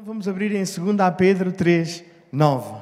Vamos abrir em 2 Pedro 3, 9.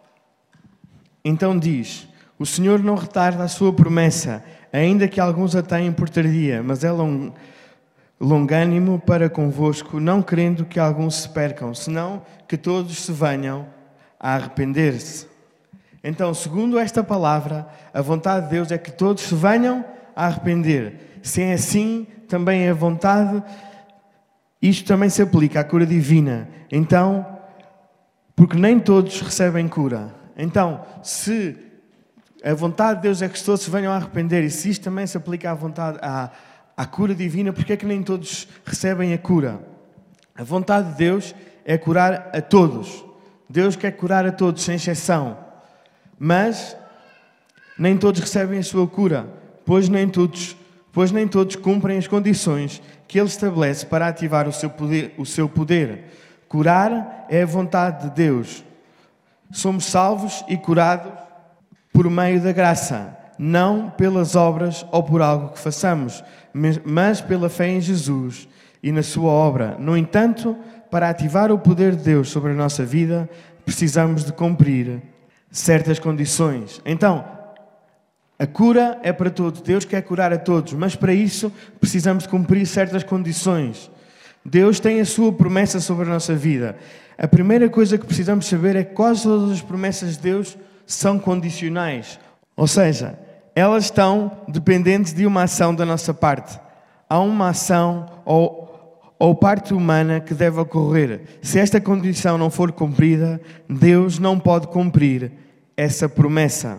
Então diz: o Senhor não retarda a sua promessa, ainda que alguns a tenham por tardia, mas é longânimo para convosco, não querendo que alguns se percam, senão que todos se venham a arrepender-se. Então, segundo esta palavra, a vontade de Deus é que todos se venham a arrepender. Se é assim, também é a vontade. Isto também se aplica à cura divina. Então, porque nem todos recebem cura. Então, se a vontade de Deus é que todos se venham a arrepender, e se isto também se aplica à cura divina, porque é que nem todos recebem a cura? A vontade de Deus é curar a todos. Deus quer curar a todos, sem exceção. Mas nem todos recebem a sua cura, pois nem todos cumprem as condições que Ele estabelece para ativar o seu poder. Curar é a vontade de Deus. Somos salvos e curados por meio da graça, não pelas obras ou por algo que façamos, mas pela fé em Jesus e na sua obra. No entanto, para ativar o poder de Deus sobre a nossa vida, precisamos de cumprir certas condições. Então, a cura é para todos. Deus quer curar a todos, mas para isso precisamos de cumprir certas condições. Deus tem a sua promessa sobre a nossa vida. A primeira coisa que precisamos saber é que quase todas as promessas de Deus são condicionais. Ou seja, elas estão dependentes de uma ação da nossa parte. Há uma ação ou parte humana que deve ocorrer. Se esta condição não for cumprida, Deus não pode cumprir essa promessa.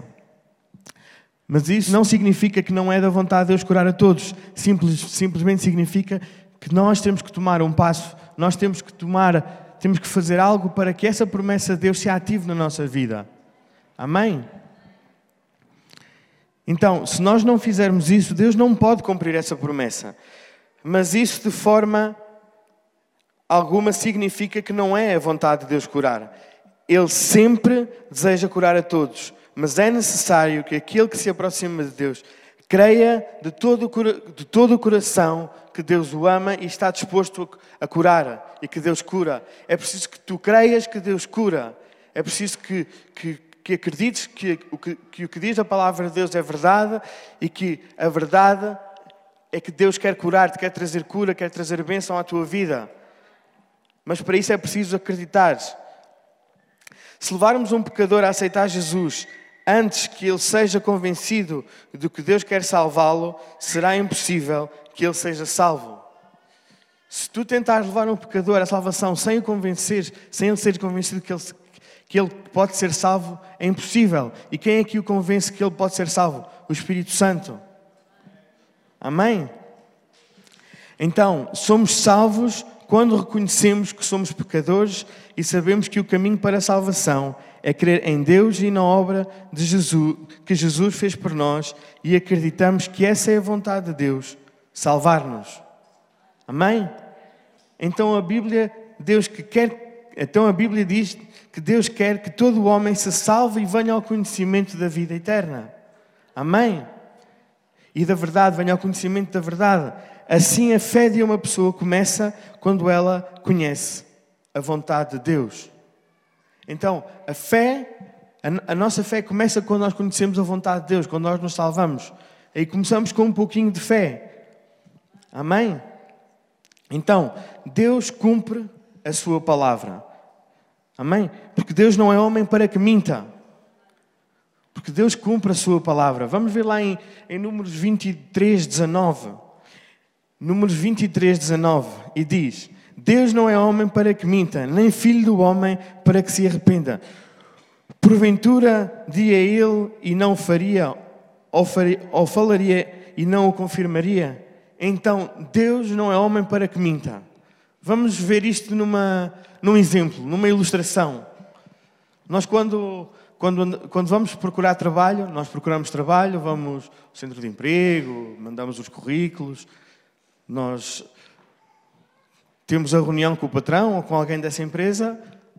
Mas isso não significa que não é da vontade de Deus curar a todos. Simplesmente significa que nós temos que tomar um passo. Nós temos que fazer algo para que essa promessa de Deus se ative na nossa vida. Amém? Então, se nós não fizermos isso, Deus não pode cumprir essa promessa. Mas isso de forma alguma significa que não é a vontade de Deus curar. Ele sempre deseja curar a todos. Mas é necessário que aquele que se aproxima de Deus creia de todo o coração que Deus o ama e está disposto a curar e que Deus cura. É preciso que tu creias que Deus cura. É preciso que acredites que o que diz a palavra de Deus é verdade e que a verdade é que Deus quer curar-te, quer trazer cura, quer trazer bênção à tua vida. Mas para isso é preciso acreditar. Se levarmos um pecador a aceitar Jesus antes que ele seja convencido de que Deus quer salvá-lo, será impossível que ele seja salvo. Se tu tentares levar um pecador à salvação sem o convencer, sem ele ser convencido que ele pode ser salvo, é impossível. E quem é que o convence que ele pode ser salvo? O Espírito Santo. Amém? Então, somos salvos quando reconhecemos que somos pecadores e sabemos que o caminho para a salvação é crer em Deus e na obra de Jesus, que Jesus fez por nós, e acreditamos que essa é a vontade de Deus, salvar-nos. Amém? Então a Bíblia diz que Deus quer que todo o homem se salve e venha ao conhecimento da vida eterna. Amém? E da verdade, venha ao conhecimento da verdade. Assim a fé de uma pessoa começa quando ela conhece a vontade de Deus. Então, a nossa fé começa quando nós conhecemos a vontade de Deus, quando nós nos salvamos. Aí começamos com um pouquinho de fé. Amém? Então, Deus cumpre a sua palavra. Amém? Porque Deus não é homem para que minta. Porque Deus cumpre a sua palavra. Vamos ver lá em Números 23, 19. Números 23, 19. E diz: Deus não é homem para que minta, nem filho do homem para que se arrependa. Porventura diria ele e não faria, ou falaria e não o confirmaria? Então, Deus não é homem para que minta. Vamos ver isto num exemplo, numa ilustração. Nós quando vamos procurar trabalho, nós procuramos trabalho, vamos ao centro de emprego, mandamos os currículos, nós temos a reunião com o patrão ou com alguém dessa empresa,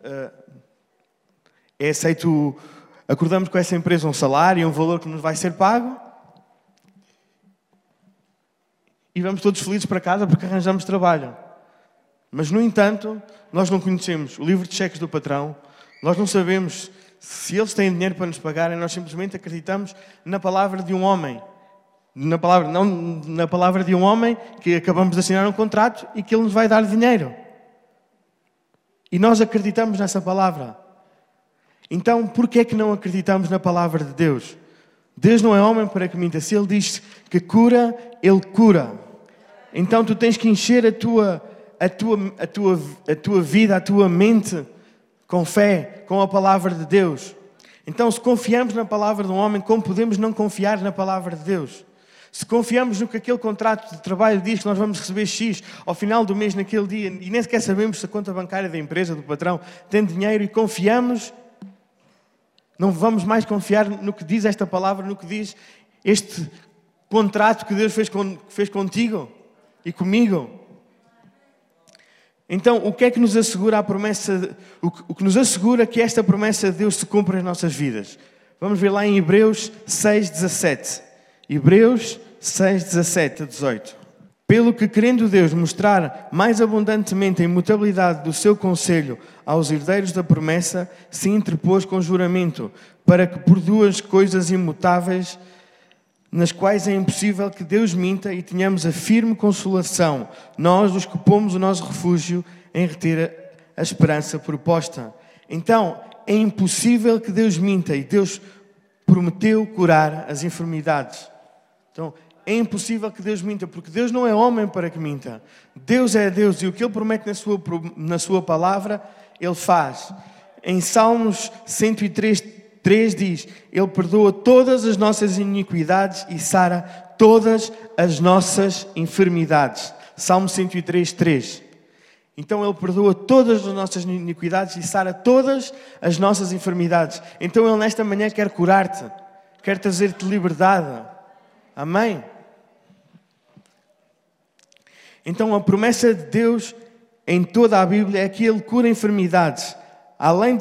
é aceito, acordamos com essa empresa um salário, um valor que nos vai ser pago e vamos todos felizes para casa porque arranjamos trabalho. Mas, no entanto, nós não conhecemos o livro de cheques do patrão, nós não sabemos se eles têm dinheiro para nos pagarem, nós simplesmente acreditamos na palavra de um homem. Não na palavra de um homem que acabamos de assinar um contrato e que ele nos vai dar dinheiro. E nós acreditamos nessa palavra. Então, porquê é que não acreditamos na palavra de Deus? Deus não é homem para que minta. Se Ele diz que cura, Ele cura. Então, tu tens que encher a tua vida, a tua mente com fé, com a palavra de Deus. Então, se confiamos na palavra de um homem, como podemos não confiar na palavra de Deus? Se confiamos no que aquele contrato de trabalho diz que nós vamos receber X ao final do mês, naquele dia, e nem sequer sabemos se a conta bancária da empresa, do patrão, tem dinheiro e confiamos, não vamos mais confiar no que diz esta palavra, no que diz este contrato que Deus fez contigo e comigo? Então, o que é que nos assegura a promessa, o que nos assegura que esta promessa de Deus se cumpre nas nossas vidas? Vamos ver lá em Hebreus 6:17. Hebreus 6:17-18. Pelo que, querendo Deus mostrar mais abundantemente a imutabilidade do seu conselho aos herdeiros da promessa, se interpôs com juramento, para que por duas coisas imutáveis, nas quais é impossível que Deus minta, e tenhamos a firme consolação, nós, os que pomos o nosso refúgio, em reter a esperança proposta. Então, é impossível que Deus minta, e Deus prometeu curar as enfermidades. Então, é impossível que Deus minta, porque Deus não é homem para que minta. Deus é Deus, e o que Ele promete na sua palavra, Ele faz. Em Salmos 103:3 diz: Ele perdoa todas as nossas iniquidades e sara todas as nossas enfermidades. Salmo 103:3. Então Ele perdoa todas as nossas iniquidades e sara todas as nossas enfermidades. Então Ele nesta manhã quer curar-te, quer trazer-te liberdade. Amém? Então a promessa de Deus em toda a Bíblia é que Ele cura enfermidades. Além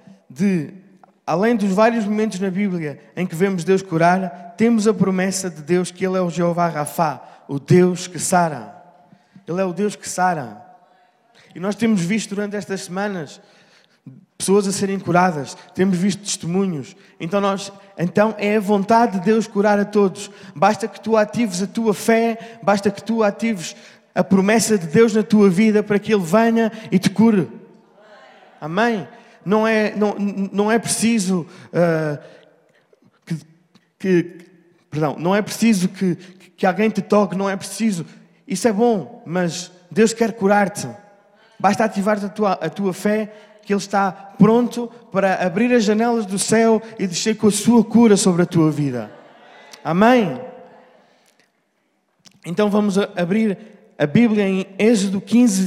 dos vários momentos na Bíblia em que vemos Deus curar, temos a promessa de Deus que Ele é o Jeová Rafá, o Deus que sara. Ele é o Deus que sara. E nós temos visto durante estas semanas pessoas a serem curadas, temos visto testemunhos. Então é a vontade de Deus curar a todos. Basta que tu atives a tua fé, basta que tu atives a promessa de Deus na tua vida para que Ele venha e te cure. Amém? Não é preciso não é preciso que alguém te toque, não é preciso. Isso é bom, mas Deus quer curar-te. Basta ativar a tua fé, que Ele está pronto para abrir as janelas do céu e descer com a sua cura sobre a tua vida. Amém? Então vamos abrir a Bíblia em Êxodo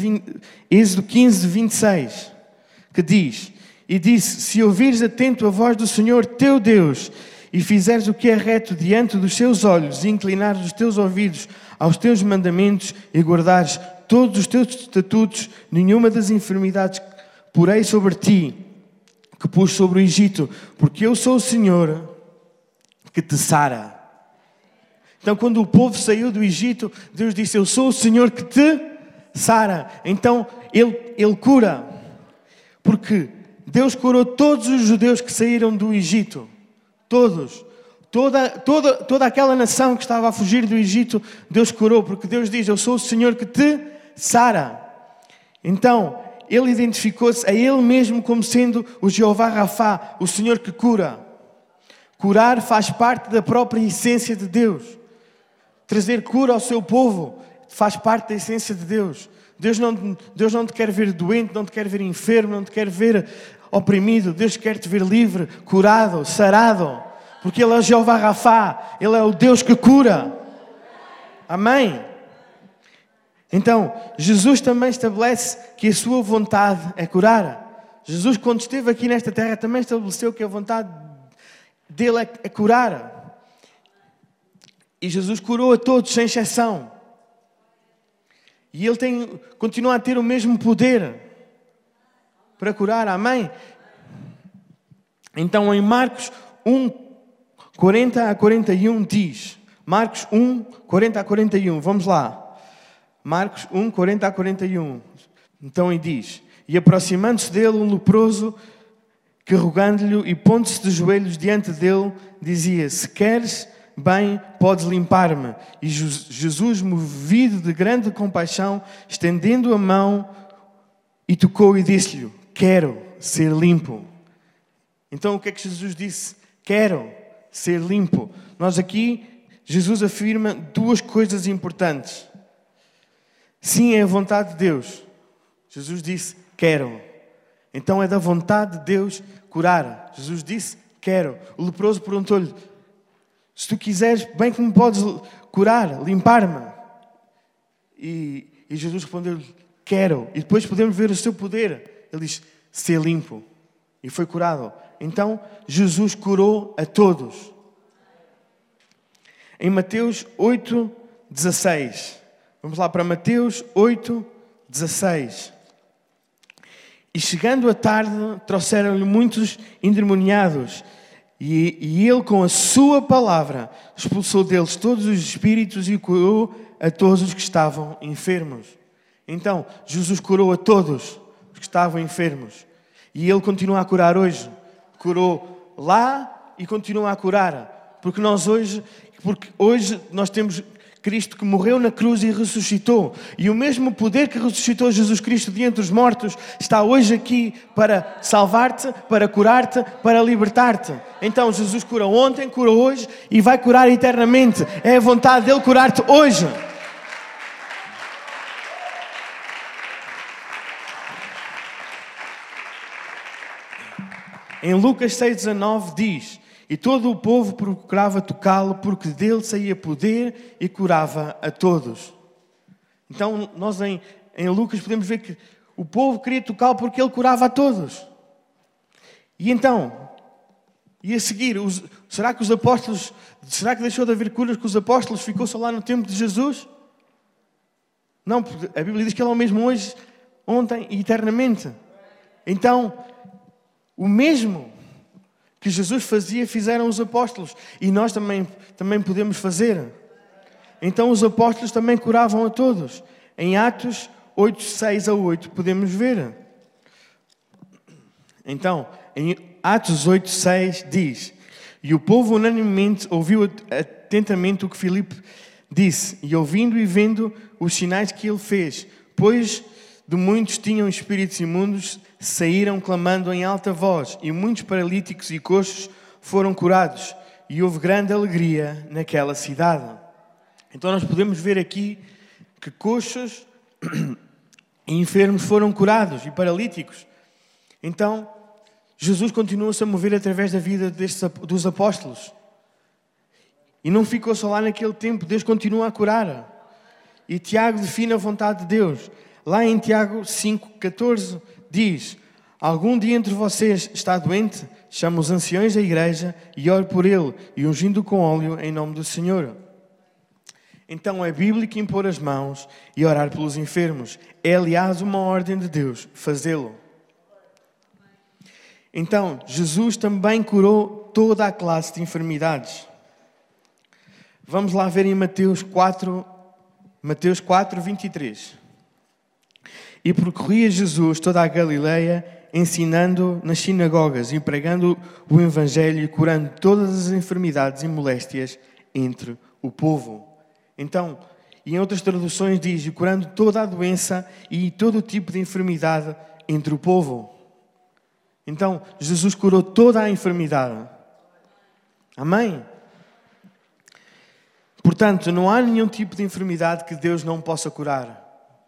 15:26, que diz: E disse: Se ouvires atento a voz do Senhor teu Deus, e fizeres o que é reto diante dos seus olhos, e inclinares os teus ouvidos aos teus mandamentos, e guardares todos os teus estatutos, nenhuma das enfermidades porei sobre ti, que pus sobre o Egito, porque eu sou o Senhor que te sara. Então, quando o povo saiu do Egito, Deus disse: Eu sou o Senhor que te sara. Então, Ele cura. Porque Deus curou todos os judeus que saíram do Egito. Todos. Toda aquela nação que estava a fugir do Egito, Deus curou. Porque Deus diz: Eu sou o Senhor que te sara. Então, Ele identificou-se a Ele mesmo como sendo o Jeová Rafá, o Senhor que cura. Curar faz parte da própria essência de Deus. Trazer cura ao seu povo faz parte da essência de Deus. Deus não te quer ver doente, não te quer ver enfermo, não te quer ver oprimido. Deus quer te ver livre, curado, sarado. Porque Ele é o Jeová Rafá, Ele é o Deus que cura. Amém? Então, Jesus também estabelece que a sua vontade é curar. Jesus, quando esteve aqui nesta terra, também estabeleceu que a vontade dele é curar. E Jesus curou a todos, sem exceção. E Ele continua a ter o mesmo poder para curar. Amém? Então, em Marcos 1:40-41 diz... Marcos 1:40-41, vamos lá. Marcos 1:40-41. Então ele diz: e aproximando-se dele um leproso, que rogando-lhe e pondo-se de joelhos diante dele, dizia: se queres, bem, podes limpar-me. E Jesus, movido de grande compaixão, estendendo a mão, e tocou e disse-lhe: quero ser limpo. Então o que é que Jesus disse? Quero ser limpo. Nós aqui, Jesus afirma duas coisas importantes. Sim, é a vontade de Deus. Jesus disse: quero. Então é da vontade de Deus curar. Jesus disse: quero. O leproso perguntou-lhe: se tu quiseres, bem que me podes curar, limpar-me. E Jesus respondeu-lhe: quero. E depois podemos ver o seu poder. Ele diz: ser limpo. E foi curado. Então Jesus curou a todos. Em Mateus 8:16. Vamos lá para Mateus 8:16. E chegando a tarde, trouxeram-lhe muitos endemoniados. E ele, com a sua palavra, expulsou deles todos os espíritos e curou a todos os que estavam enfermos. Então, Jesus curou a todos os que estavam enfermos. E ele continua a curar hoje. Curou lá e continua a curar. Porque hoje nós temos Cristo que morreu na cruz e ressuscitou. E o mesmo poder que ressuscitou Jesus Cristo de entre os mortos está hoje aqui para salvar-te, para curar-te, para libertar-te. Então Jesus cura ontem, cura hoje e vai curar eternamente. É a vontade dele curar-te hoje. Em Lucas 6:19 diz: e todo o povo procurava tocá-lo, porque dele saía poder e curava a todos. Então, nós em Lucas podemos ver que o povo queria tocá-lo porque ele curava a todos. E então, e a seguir, será que deixou de haver curas com os apóstolos? Ficou só lá no tempo de Jesus? Não, porque a Bíblia diz que ele é o mesmo hoje, ontem e eternamente. Então, o mesmo que Jesus fazia, fizeram os apóstolos. E nós também podemos fazer. Então os apóstolos também curavam a todos. Em Atos 8:6-8 podemos ver. Então, em Atos 8:6 diz: e o povo unanimemente ouviu atentamente o que Filipe disse, e ouvindo e vendo os sinais que ele fez, pois de muitos tinham espíritos imundos, saíram clamando em alta voz, e muitos paralíticos e coxos foram curados, e houve grande alegria naquela cidade. Então nós podemos ver aqui que coxos e enfermos foram curados, e paralíticos. Então Jesus continua-se a mover através da vida dos apóstolos. E não ficou só lá naquele tempo, Deus continua a curar. E Tiago define a vontade de Deus. Lá em Tiago 5:14 diz: algum dia entre vocês está doente? Chama os anciões da igreja e ore por ele, e ungindo com óleo em nome do Senhor. Então é bíblico impor as mãos e orar pelos enfermos. É, aliás, uma ordem de Deus fazê-lo. Então, Jesus também curou toda a classe de enfermidades. Vamos lá ver em Mateus 4:23. E percorria Jesus toda a Galileia, ensinando nas sinagogas e pregando o Evangelho e curando todas as enfermidades e moléstias entre o povo. Então, e em outras traduções diz: e curando toda a doença e todo tipo de enfermidade entre o povo. Então, Jesus curou toda a enfermidade. Amém? Portanto, não há nenhum tipo de enfermidade que Deus não possa curar.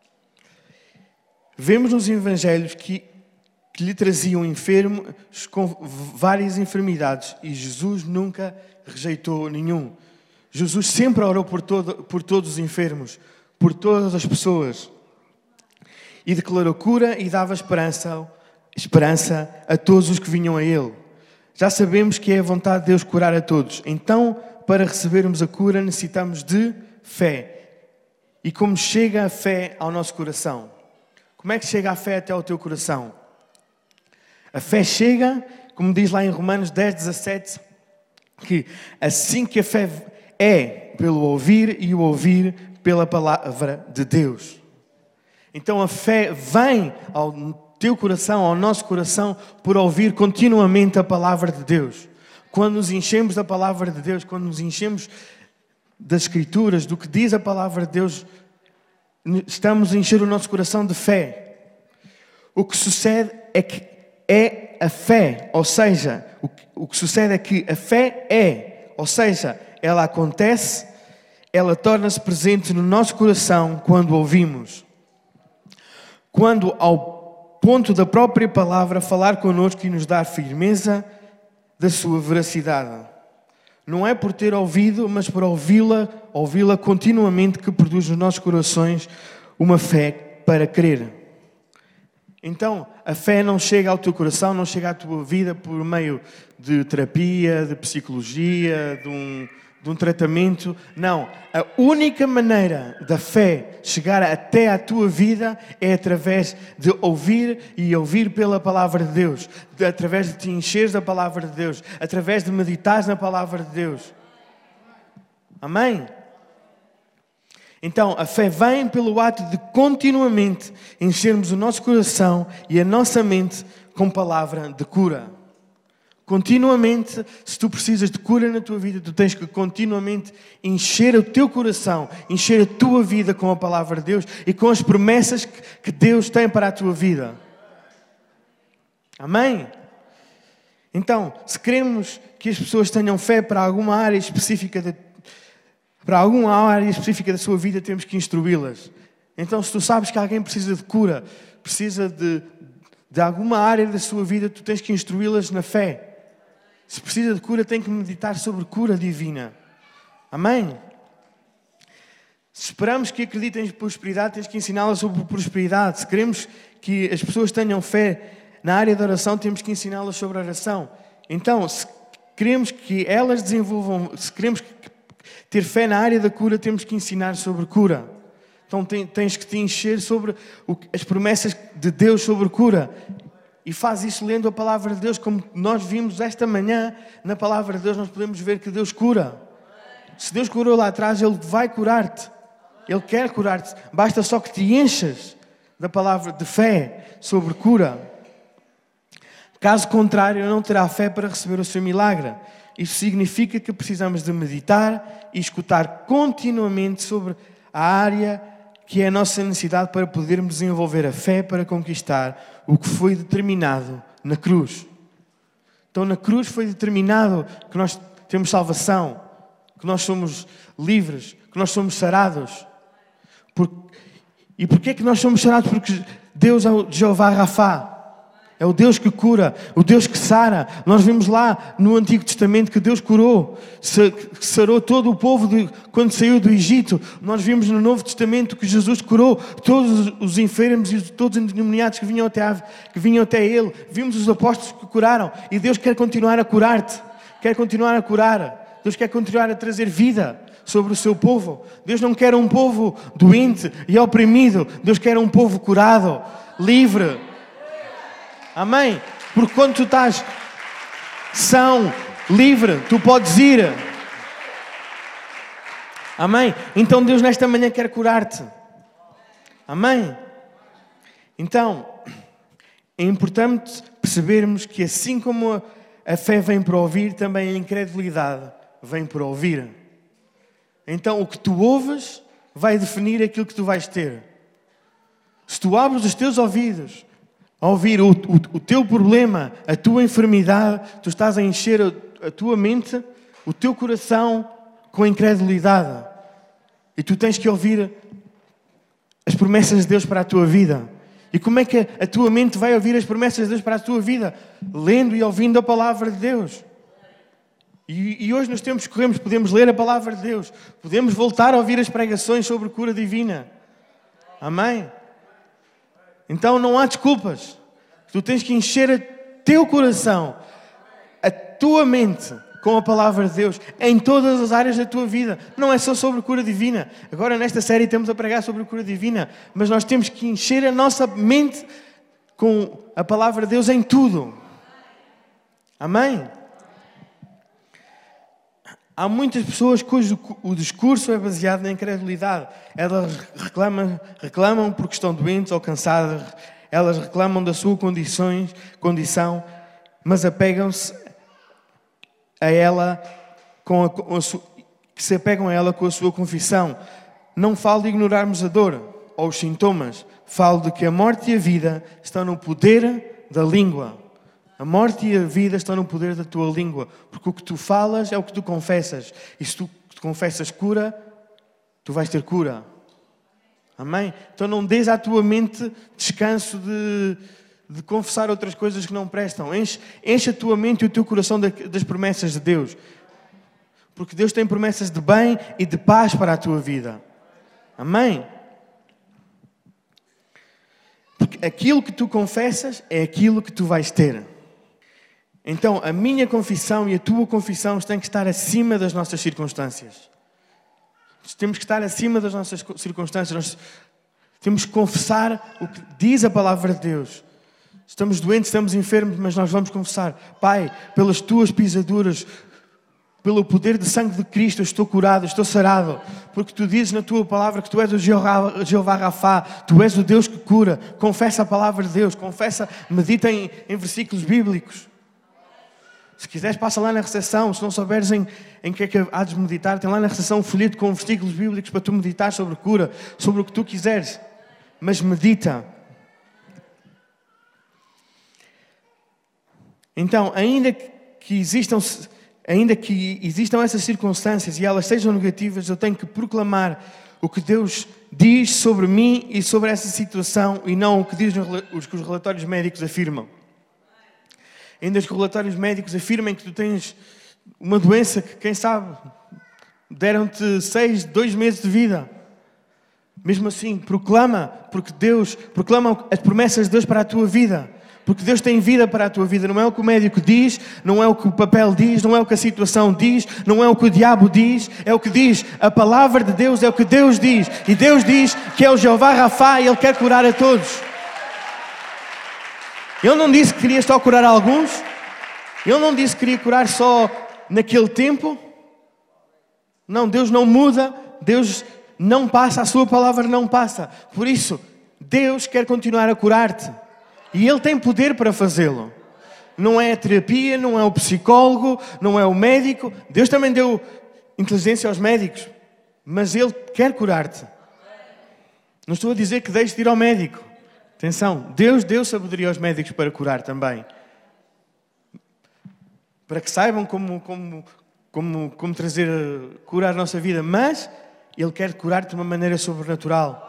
Vemos nos Evangelhos que lhe traziam enfermos com várias enfermidades e Jesus nunca rejeitou nenhum. Jesus sempre orou por todos os enfermos, por todas as pessoas. E declarou cura e dava esperança a todos os que vinham a Ele. Já sabemos que é a vontade de Deus curar a todos. Então, para recebermos a cura, necessitamos de fé. E como chega a fé ao nosso coração? Como é que chega a fé até ao teu coração? A fé chega, como diz lá em Romanos 10:17, que assim que a fé é pelo ouvir e o ouvir pela palavra de Deus. Então a fé vem ao teu coração, ao nosso coração, por ouvir continuamente a palavra de Deus. Quando nos enchemos da palavra de Deus, quando nos enchemos das Escrituras, do que diz a palavra de Deus, estamos a encher o nosso coração de fé. O que sucede é que é a fé, ou seja, o que sucede é que a fé ou seja, ela acontece, ela torna-se presente no nosso coração quando ouvimos. Quando ao ponto da própria palavra falar connosco e nos dar firmeza da sua veracidade. Não é por ter ouvido, mas por ouvi-la continuamente, que produz nos nossos corações uma fé para crer. Então, a fé não chega ao teu coração, não chega à tua vida por meio de terapia, de psicologia, de um tratamento. Não. A única maneira da fé chegar até à tua vida é através de ouvir e ouvir pela palavra de Deus. Através de te encheres da palavra de Deus. Através de meditares na palavra de Deus. Amém? Então, a fé vem pelo ato de continuamente enchermos o nosso coração e a nossa mente com palavra de cura. Continuamente, se tu precisas de cura na tua vida, tu tens que continuamente encher o teu coração, encher a tua vida com a palavra de Deus e com as promessas que Deus tem para a tua vida. Amém? Então, se queremos que as pessoas tenham fé para alguma área específica da sua vida, temos que instruí-las. Então, se tu sabes que alguém precisa de cura, precisa de alguma área da sua vida, tu tens que instruí-las na fé. Se precisa de cura, tem que meditar sobre cura divina. Amém? Se esperamos que acreditem em prosperidade, tens que ensiná-las sobre prosperidade. Se queremos que as pessoas tenham fé na área da oração, temos que ensiná-las sobre oração. Então, se queremos que elas desenvolvam, se queremos ter fé na área da cura, temos que ensinar sobre cura. Então tens que te encher sobre as promessas de Deus sobre cura. E faz isso lendo a palavra de Deus, como nós vimos esta manhã na palavra de Deus, nós podemos ver que Deus cura. Se Deus curou lá atrás, Ele vai curar-te. Ele quer curar-te. Basta só que te enchas da palavra de fé sobre cura. Caso contrário, não terá fé para receber o seu milagre. Isso significa que precisamos de meditar e escutar continuamente sobre a área que é a nossa necessidade para podermos desenvolver a fé para conquistar o que foi determinado na cruz. Então, na cruz foi determinado que nós temos salvação, que nós somos livres, que nós somos sarados. E porquê é que nós somos sarados? Porque Deus é o Jeová Rafá. É o Deus que cura, o Deus que sara. Nós vimos lá no Antigo Testamento que Deus curou, sarou todo o povo quando saiu do Egito. Nós vimos no Novo Testamento que Jesus curou todos os enfermos e todos os endemoniados que vinham até Ele. Vimos os apóstolos que curaram. E Deus quer continuar a curar-te. Quer continuar a curar. Deus quer continuar a trazer vida sobre o seu povo. Deus não quer um povo doente e oprimido. Deus quer um povo curado, livre. Amém? Porque quando tu estás são, livre, tu podes ir. Amém? Então Deus nesta manhã quer curar-te. Amém? Então, é importante percebermos que assim como a fé vem para ouvir, também a incredulidade vem para ouvir. Então o que tu ouves vai definir aquilo que tu vais ter. Se tu abres os teus ouvidos a ouvir o teu problema, a tua enfermidade, tu estás a encher a tua mente, o teu coração com incredulidade. E tu tens que ouvir as promessas de Deus para a tua vida. E como é que a tua mente vai ouvir as promessas de Deus para a tua vida? Lendo e ouvindo a palavra de Deus. E hoje nos tempos que corremos podemos ler a palavra de Deus. Podemos voltar a ouvir as pregações sobre cura divina. Amém? Então não há desculpas. Tu tens que encher o teu coração, a tua mente com a palavra de Deus em todas as áreas da tua vida. Não é só sobre cura divina. Agora nesta série estamos a pregar sobre cura divina, mas nós temos que encher a nossa mente com a palavra de Deus em tudo. Amém? Há muitas pessoas cujo o discurso é baseado na incredulidade. Elas reclamam porque estão doentes ou cansadas. Elas reclamam da sua condição, mas apegam-se a ela se apegam a ela com a sua confissão. Não falo de ignorarmos a dor ou os sintomas. Falo de que a morte e a vida estão no poder da língua. A morte e a vida estão no poder da tua língua. Porque o que tu falas é o que tu confessas. E se tu confessas cura, tu vais ter cura. Amém? Então não dês à tua mente descanso de confessar outras coisas que não prestam. Enche a tua mente e o teu coração das promessas de Deus. Porque Deus tem promessas de bem e de paz para a tua vida. Amém? Porque aquilo que tu confessas é aquilo que tu vais ter. Então, a minha confissão e a tua confissão têm que estar acima das nossas circunstâncias. Temos que estar acima das nossas circunstâncias. Nós temos que confessar o que diz a palavra de Deus. Estamos doentes, estamos enfermos, mas nós vamos confessar. Pai, pelas tuas pisaduras, pelo poder de sangue de Cristo, eu estou curado, estou sarado. Porque tu dizes na tua palavra que tu és o Jeová Rafá, tu és o Deus que cura. Confessa a palavra de Deus, medita em versículos bíblicos. Se quiseres, passa lá na recepção. Se não souberes em que é que há de meditar, tem lá na recepção um folheto com versículos bíblicos para tu meditar sobre cura, sobre o que tu quiseres. Mas medita. Então, ainda que existam essas circunstâncias e elas sejam negativas, eu tenho que proclamar o que Deus diz sobre mim e sobre essa situação e não o que os relatórios médicos afirmam. Ainda os relatórios médicos afirmam que tu tens uma doença que, quem sabe, deram-te 2 meses de vida. Mesmo assim, proclama as promessas de Deus para a tua vida. Porque Deus tem vida para a tua vida. Não é o que o médico diz, não é o que o papel diz, não é o que a situação diz, não é o que o diabo diz, é o que diz a palavra de Deus, é o que Deus diz. E Deus diz que é o Jeová Rafá e Ele quer curar a todos. Ele não disse que queria só curar alguns. Ele não disse que queria curar só naquele tempo. Não, Deus não muda. Deus não passa. A sua palavra não passa. Por isso, Deus quer continuar a curar-te. E Ele tem poder para fazê-lo. Não é a terapia, não é o psicólogo, não é o médico. Deus também deu inteligência aos médicos. Mas Ele quer curar-te. Não estou a dizer que deixes de ir ao médico. Atenção, Deus deu sabedoria aos médicos para curar também. Para que saibam como curar a nossa vida. Mas Ele quer curar-te de uma maneira sobrenatural.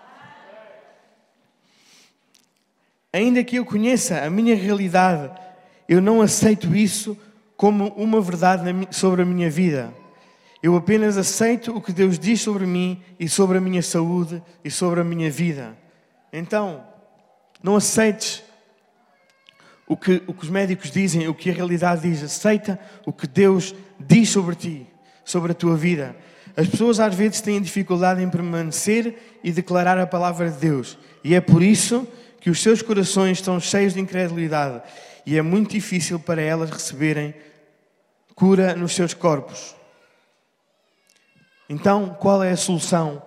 Ainda que eu conheça a minha realidade, eu não aceito isso como uma verdade sobre a minha vida. Eu apenas aceito o que Deus diz sobre mim e sobre a minha saúde e sobre a minha vida. Então, não aceites o que os médicos dizem, o que a realidade diz. Aceita o que Deus diz sobre ti, sobre a tua vida. As pessoas às vezes têm dificuldade em permanecer e declarar a palavra de Deus. E é por isso que os seus corações estão cheios de incredulidade. E é muito difícil para elas receberem cura nos seus corpos. Então, qual é a solução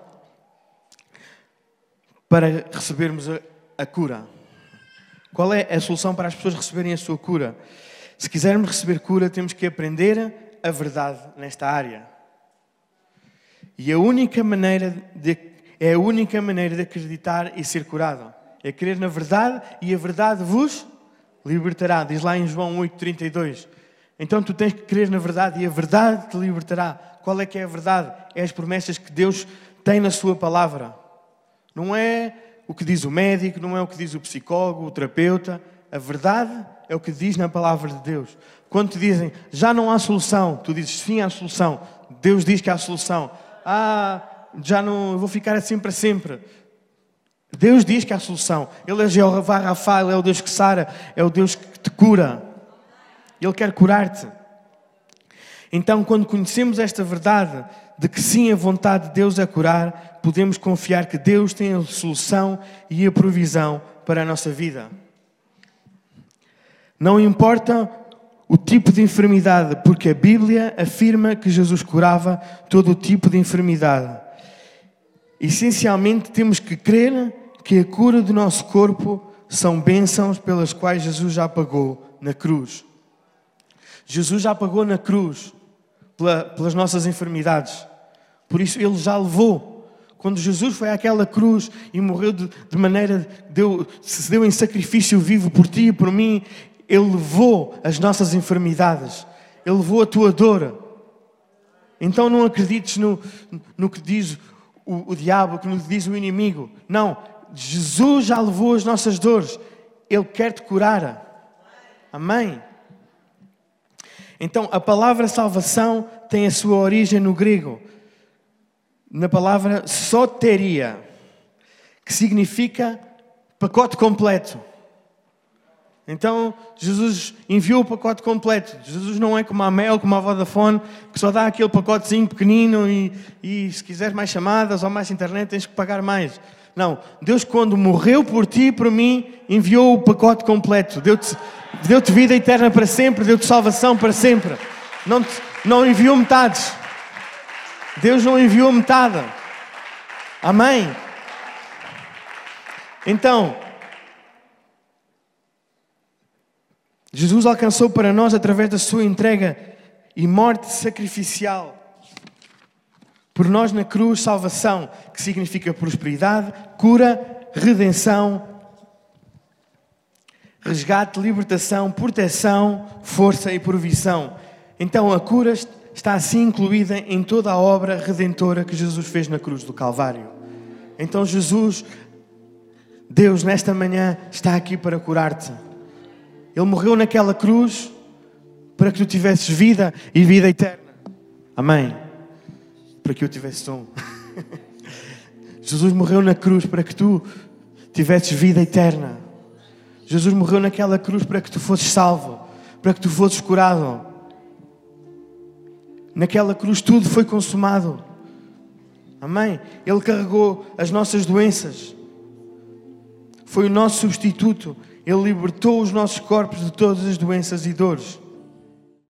para recebermos a cura? Qual é a solução para as pessoas receberem a sua cura? Se quisermos receber cura, temos que aprender a verdade nesta área. E é a única maneira de acreditar e ser curado. É crer na verdade e a verdade vos libertará. Diz lá em João 8:32. Então tu tens que crer na verdade e a verdade te libertará. Qual é que é a verdade? É as promessas que Deus tem na sua palavra. Não é o que diz o médico, não é o que diz o psicólogo, o terapeuta. A verdade é o que diz na palavra de Deus. Quando te dizem, já não há solução, tu dizes, sim, há solução. Deus diz que há solução. Já não, eu vou ficar assim para sempre. Deus diz que há solução. Ele é Jeová Rafá, Ele é o Deus que sara, é o Deus que te cura. Ele quer curar-te. Então, quando conhecemos esta verdade de que sim, a vontade de Deus é curar, podemos confiar que Deus tem a solução e a provisão para a nossa vida. Não importa o tipo de enfermidade, porque a Bíblia afirma que Jesus curava todo o tipo de enfermidade. Essencialmente, temos que crer que a cura do nosso corpo são bênçãos pelas quais Jesus já pagou na cruz. Jesus já pagou na cruz pelas nossas enfermidades. Por isso, Ele já levou. Quando Jesus foi àquela cruz e morreu de maneira, se deu em sacrifício vivo por ti e por mim, Ele levou as nossas enfermidades. Ele levou a tua dor. Então não acredites no que diz o diabo, no que diz o inimigo. Não, Jesus já levou as nossas dores. Ele quer te curar. Amém? Então a palavra salvação tem a sua origem no grego, na palavra soteria, que significa pacote completo. Então, Jesus enviou o pacote completo. Jesus não é como a Mel, como a Vodafone, que só dá aquele pacotezinho pequenino e se quiseres mais chamadas ou mais internet tens que pagar mais. Não, Deus quando morreu por ti e por mim, enviou o pacote completo. Deu-te vida eterna para sempre, deu-te salvação para sempre. Não enviou metades. Deus não enviou metade. Amém? Então, Jesus alcançou para nós, através da sua entrega e morte sacrificial, por nós na cruz, salvação, que significa prosperidade, cura, redenção, resgate, libertação, proteção, força e provisão. Então a cura está assim incluída em toda a obra redentora que Jesus fez na cruz do Calvário. Então Jesus, Deus nesta manhã está aqui para curar-te. Ele morreu naquela cruz para que tu tivesses vida e vida eterna. Amém? Para que eu tivesse som. Jesus morreu na cruz para que tu tivesses vida eterna. Jesus morreu naquela cruz para que tu fosses salvo, para que tu fosses curado. Naquela cruz tudo foi consumado. Amém? Ele carregou as nossas doenças. Foi o nosso substituto. Ele libertou os nossos corpos de todas as doenças e dores.